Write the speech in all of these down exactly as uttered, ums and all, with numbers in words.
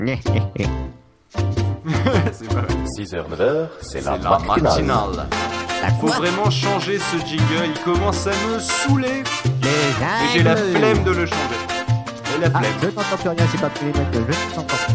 C'est pas vrai. six heures, neuf heures, c'est, C'est la, la matinale. matinale. Faut vraiment changer ce jingle, il commence à me saouler. Et j'ai la flemme de le changer. J'ai la Ah, flemme. je n'entends plus rien, c'est pas plus les mecs, je n'entends pas.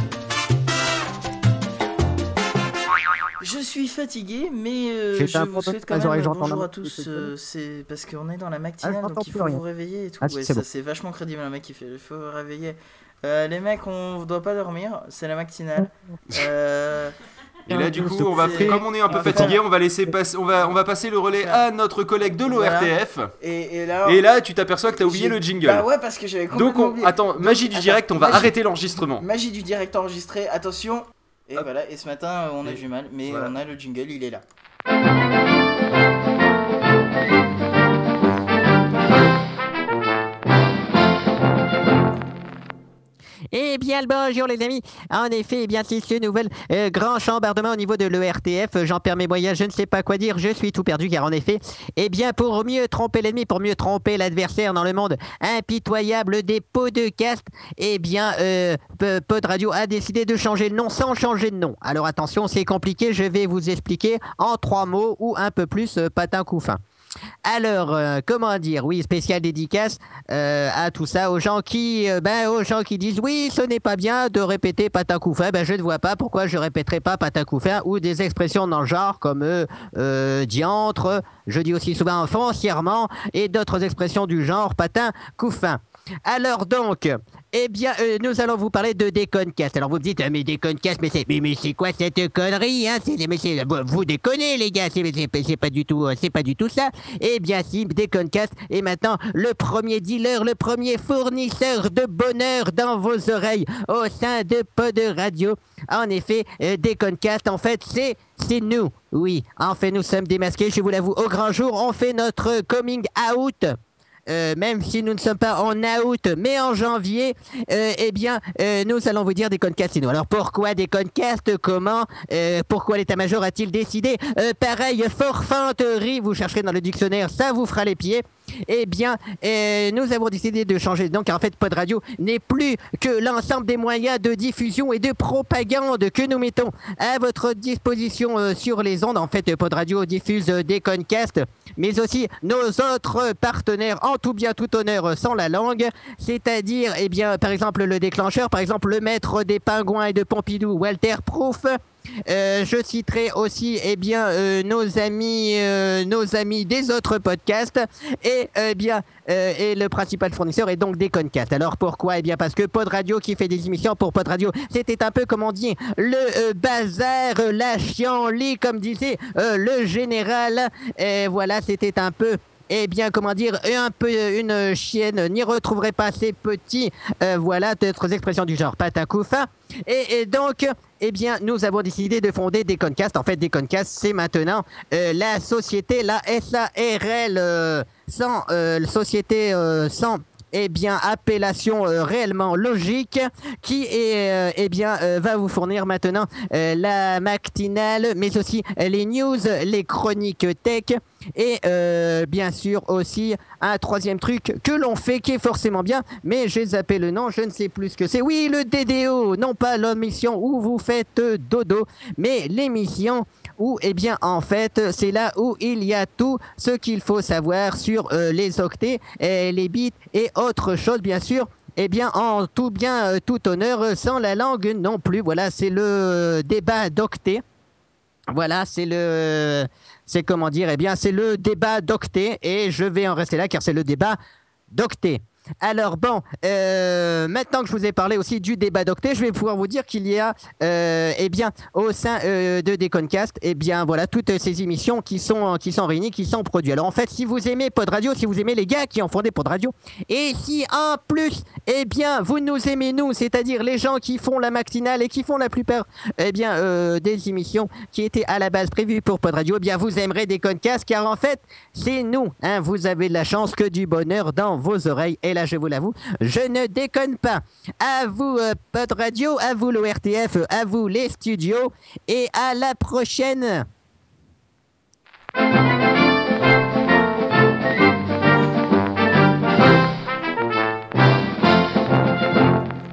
Je suis fatigué, mais euh, J'ai je un vous problème souhaite quand avec les même oreilles, j'entends bonjour la à musique, tous. c'est euh, c'est parce qu'on est dans la Ah, matinale, je donc n'entends il plus faut rien. vous réveiller et tout. Ah, si, Ouais, c'est ça bon. c'est vachement crédible, un mec qui fait il faut vous réveiller. Euh, les mecs, on doit pas dormir, c'est la matinale. Euh, Et là du coup, on va, C'est- comme on est un peu on va fatigué, faire- on va laisser passer, on va, on va passer le relais à notre collègue de l'O R T F. et, et là, Et là, tu t'aperçois que t'as oublié j'ai- le jingle. Bah ouais, parce que j'avais complètement Donc, on, oublié. attends, Donc, magie du attends, direct, on va magie- arrêter l'enregistrement. Magie du direct enregistré, attention. Et Hop. voilà, et ce matin, on a Et du mal, mais voilà. on a le jingle, il est là. Eh bien, le bonjour les amis. En effet, eh bien, c'est ce nouvel euh, grand chambardement au niveau de l'E R T F. J'en perds mes moyens, je ne sais pas quoi dire, je suis tout perdu car en effet, eh bien, pour mieux tromper l'ennemi, pour mieux tromper l'adversaire dans le monde impitoyable des podcasts, eh bien, euh, P- Pod Radio a décidé de changer de nom sans changer de nom. Alors attention, c'est compliqué, je vais vous expliquer en trois mots ou un peu plus, euh, patin coup fin. Alors, euh, comment dire, oui, spécial dédicace euh, à tout ça, aux gens qui, euh, ben, aux gens qui disent oui, ce n'est pas bien de répéter patin coup fin. Ben, je ne vois pas pourquoi je répéterai pas patin coup fin ou des expressions dans le genre comme euh, euh, diantre, je dis aussi souvent foncièrement et d'autres expressions du genre patin coup fin. Alors donc, eh bien, euh, nous allons vous parler de Déconncast. Alors vous me dites, ah, mais Déconncast, mais c'est, mais, mais c'est quoi cette connerie, hein c'est, mais c'est, vous, vous déconnez les gars, c'est, c'est, c'est pas du tout, c'est pas du tout ça. Eh bien si, Déconncast est maintenant le premier dealer, le premier fournisseur de bonheur dans vos oreilles au sein de Pod Radio. En effet, euh, Déconncast, en fait, c'est, c'est nous. Oui, en fait, nous sommes démasqués, je vous l'avoue, au grand jour, on fait notre coming out. Euh, même si nous ne sommes pas en août, mais en janvier, euh, eh bien, euh, nous allons vous dire Déconncast, c'est nous. Alors, pourquoi Déconncast? Comment euh, Pourquoi l'état-major a-t-il décidé euh, pareille forfanterie? Vous chercherez dans le dictionnaire, ça vous fera les pieds. Eh bien, euh, nous avons décidé de changer. Donc, en fait, Pod Radio n'est plus que l'ensemble des moyens de diffusion et de propagande que nous mettons à votre disposition euh, sur les ondes. En fait, Pod Radio diffuse euh, Déconncast, mais aussi nos autres partenaires en tout bien, tout honneur, euh, sans la langue. C'est-à-dire, eh bien, par exemple, le déclencheur, par exemple, le maître des pingouins et de Pompidou, Walter Proof. Euh, je citerai aussi eh bien euh, nos amis euh, nos amis des autres podcasts et eh bien euh, et le principal fournisseur est donc Déconncast. Alors pourquoi? Eh bien parce que Pod Radio qui fait des émissions pour Pod Radio, c'était un peu comme on dit le euh, bazar, la chienlit comme disait euh, le général. Et voilà, c'était un peu eh bien, comment dire, un peu une chienne n'y retrouverait pas ses petits, euh, voilà, d'autres expressions du genre patin coup fin. Et, et donc, eh bien, nous avons décidé de fonder Déconncast. En fait, Déconncast, c'est maintenant euh, la société, la S A R L, euh, sans euh, société euh, sans. Eh bien, appellation euh, réellement logique qui est, euh, eh bien, euh, va vous fournir maintenant euh, la matinale, mais aussi euh, les news, les chroniques tech et euh, bien sûr aussi un troisième truc que l'on fait qui est forcément bien, mais j'ai zappé le nom, je ne sais plus ce que c'est. Oui, le D D O, non pas l'émission où vous faites dodo, mais l'émission où, eh bien, en fait, c'est là où il y a tout ce qu'il faut savoir sur euh, les octets, et les bits et autre chose, bien sûr. Eh bien, en tout bien, euh, tout honneur, euh, sans la langue non plus. Voilà, c'est le euh, débat d'octets. Voilà, c'est le... C'est comment dire? Eh bien, c'est le débat d'octets. Et je vais en rester là, car c'est le débat d'octets. Alors bon, euh, maintenant que je vous ai parlé aussi du débat d'octet, je vais pouvoir vous dire qu'il y a, euh, eh bien, au sein euh, de Déconncast, eh bien, voilà, toutes ces émissions qui sont qui sont réunies, qui sont produites. Alors en fait, si vous aimez Pod Radio, si vous aimez les gars qui ont fondé Pod Radio, et si en plus, eh bien, vous nous aimez nous, c'est-à-dire les gens qui font la matinale et qui font la plupart, eh bien, euh, des émissions qui étaient à la base prévues pour Pod Radio, eh bien, vous aimerez Déconncast, car en fait, c'est nous, hein, vous avez de la chance que du bonheur dans vos oreilles. Et là, je vous l'avoue, je ne déconne pas. À vous, euh, Pod Radio, à vous, l'O R T F, à vous, les studios, et à la prochaine.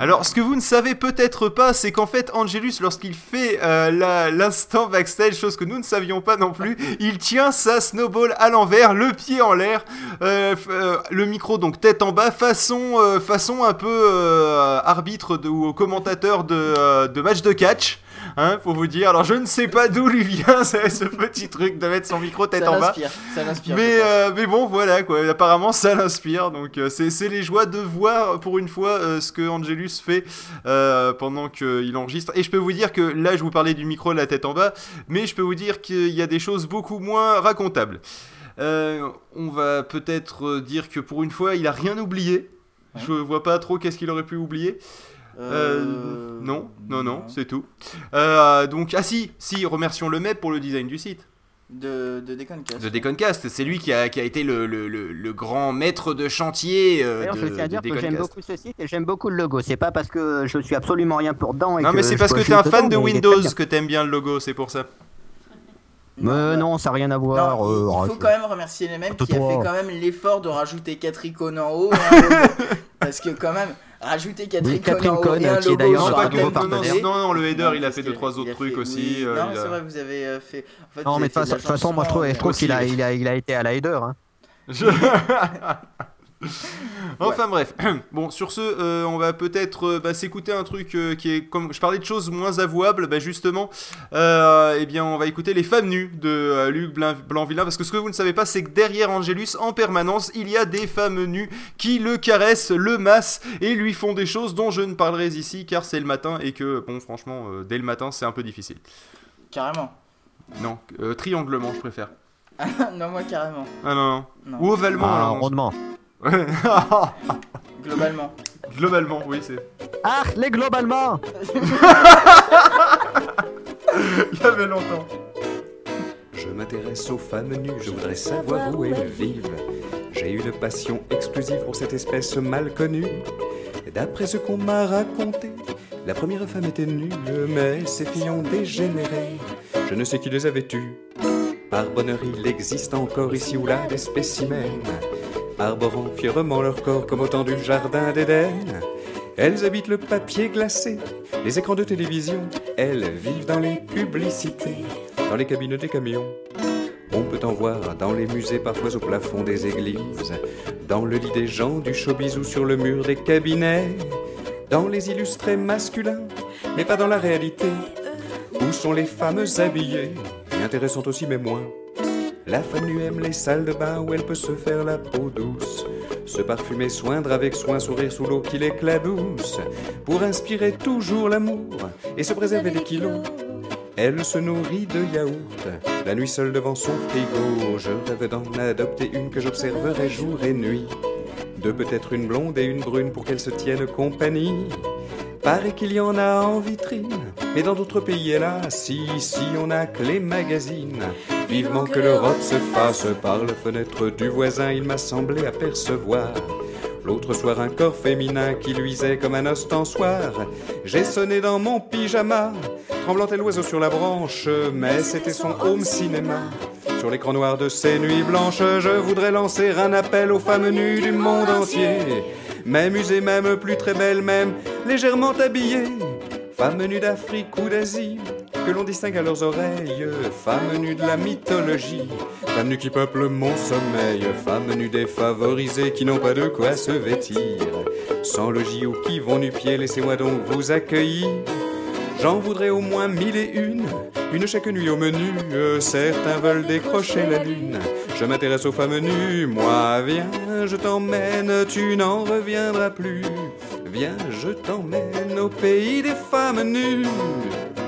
Alors, ce que vous ne savez peut-être pas, c'est qu'en fait, Angelus, lorsqu'il fait euh, la, l'instant backstage, chose que nous ne savions pas non plus, il tient sa snowball à l'envers, le pied en l'air, euh, euh, le micro donc tête en bas, façon, euh, façon un peu euh, arbitre de, ou commentateur de, euh, de match de catch. Hein, pour vous dire, alors je ne sais pas d'où lui vient ce, ce petit truc de mettre son micro tête ça en bas, ça l'inspire, mais, euh, mais bon voilà quoi, apparemment ça l'inspire, donc euh, c'est, c'est les joies de voir pour une fois euh, ce que Angelus fait euh, pendant qu'il enregistre, et je peux vous dire que là je vous parlais du micro la tête en bas, mais je peux vous dire qu'il y a des choses beaucoup moins racontables. Euh, on va peut-être dire que pour une fois il a rien oublié, ouais. Je vois pas trop qu'est-ce qu'il aurait pu oublier. Euh, euh, non, non, non, non, c'est tout. Euh, donc, ah si, si, remercions le M E P pour le design du site. De, de Deconcast. De Deconcast, c'est lui qui a, qui a été le, le, le, le grand maître de chantier euh, D'ailleurs, de, je tiens à dire de que j'aime beaucoup ce site et j'aime beaucoup le logo. C'est pas parce que je suis absolument rien pour dedans. Et non, que mais c'est parce que t'es un fan de Windows que t'aimes bien le logo, c'est pour ça. Mais non, non, ça n'a rien à voir. Non, euh, il faut quand même remercier les mêmes qui a fait quand même l'effort de rajouter quatre icônes en haut. Parce que quand même, rajouter quatre oui, icônes en haut et un qui est logo d'ailleurs sur un non, thème non, donné. non, non, le header, il a fait deux trois autres trucs fait, aussi. Oui, euh, non, il a... c'est vrai, vous avez euh, fait... En fait, non, mais de toute façon, moi je trouve, je trouve qu'il a, il a, il a été à la header. Hein. Je... Enfin ouais. Bref, bon sur ce euh, on va peut-être euh, bah, s'écouter un truc euh, qui est, comme je parlais de choses moins avouables, bah, justement euh, eh bien on va écouter les femmes nues de euh, Luc Blanc-Villain, parce que ce que vous ne savez pas, c'est que derrière Angelus en permanence il y a des femmes nues qui le caressent, le massent et lui font des choses dont je ne parlerai ici car c'est le matin et que bon franchement euh, dès le matin c'est un peu difficile. Carrément. Non, euh, trianglement je préfère. Non, moi carrément. Ah non, non. non. Ou ovalement. Ah, alors, rondement. Globalement. Globalement, oui, c'est. Ah, les globalement. Il y avait longtemps. Je m'intéresse aux femmes nues, je voudrais savoir où elles vivent. J'ai une passion exclusive pour cette espèce mal connue. D'après ce qu'on m'a raconté, la première femme était nue, mais ses filles ont dégénéré. Je ne sais qui les avait tues. Par bonheur, il existe encore ici ou là des spécimens, arborant fièrement leur corps comme autant du jardin d'Éden. Elles habitent le papier glacé, les écrans de télévision. Elles vivent dans les publicités, dans les cabines des camions. On peut en voir dans les musées, parfois au plafond des églises, dans le lit des gens du showbiz ou sur le mur des cabinets, dans les illustrés masculins, mais pas dans la réalité. Où sont les femmes habillées, et intéressantes aussi mais moins. La femme nue aime les salles de bain où elle peut se faire la peau douce, se parfumer, soindre avec soin, sourire sous l'eau qui l'éclabousse, pour inspirer toujours l'amour et se préserver des kilos. Elle se nourrit de yaourt, la nuit seule devant son frigo. Je rêve d'en adopter une que j'observerai jour et nuit, de peut-être une blonde et une brune pour qu'elles se tiennent compagnie. Paraît qu'il y en a en vitrine, mais dans d'autres pays, hélas, ici on n'a que les magazines. Vivement que l'Europe se fasse, par la fenêtre du voisin, il m'a semblé apercevoir l'autre soir un corps féminin qui luisait comme un ostensoir. J'ai sonné dans mon pyjama, tremblant tel l'oiseau sur la branche, mais c'était son home cinéma. Sur l'écran noir de ces nuits blanches, je voudrais lancer un appel aux femmes nues du monde entier, même usées, même plus très belles, même légèrement habillées. Femmes nues d'Afrique ou d'Asie, que l'on distingue à leurs oreilles. Femmes nues de la mythologie, femmes nues qui peuplent mon sommeil. Femmes nues défavorisées qui n'ont pas de quoi se vêtir, sans logis ou qui vont nu-pieds, laissez-moi donc vous accueillir. J'en voudrais au moins mille et une, une chaque nuit au menu. Certains veulent décrocher la lune, je m'intéresse aux femmes nues. Moi viens, je t'emmène, tu n'en reviendras plus. Viens, je t'emmène au pays des femmes nues.